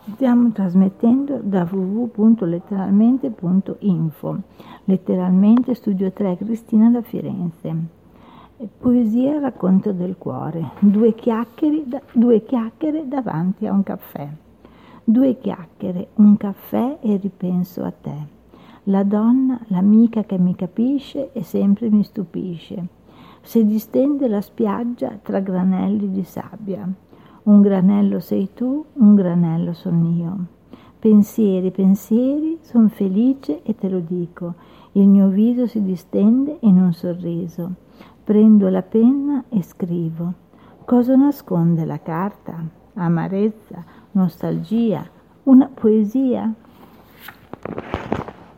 Stiamo trasmettendo da www.letteralmente.info. Letteralmente Studio 3 Cristina da Firenze. Poesia racconto del cuore. Due chiacchiere davanti a un caffè. Due chiacchiere, un caffè e ripenso a te. La donna, l'amica che mi capisce e sempre mi stupisce. Si distende la spiaggia tra granelli di sabbia. Un granello sei tu, un granello son io. Pensieri, pensieri, son felice e te lo dico. Il mio viso si distende in un sorriso. Prendo la penna e scrivo. Cosa nasconde la carta? Amarezza, nostalgia, una poesia?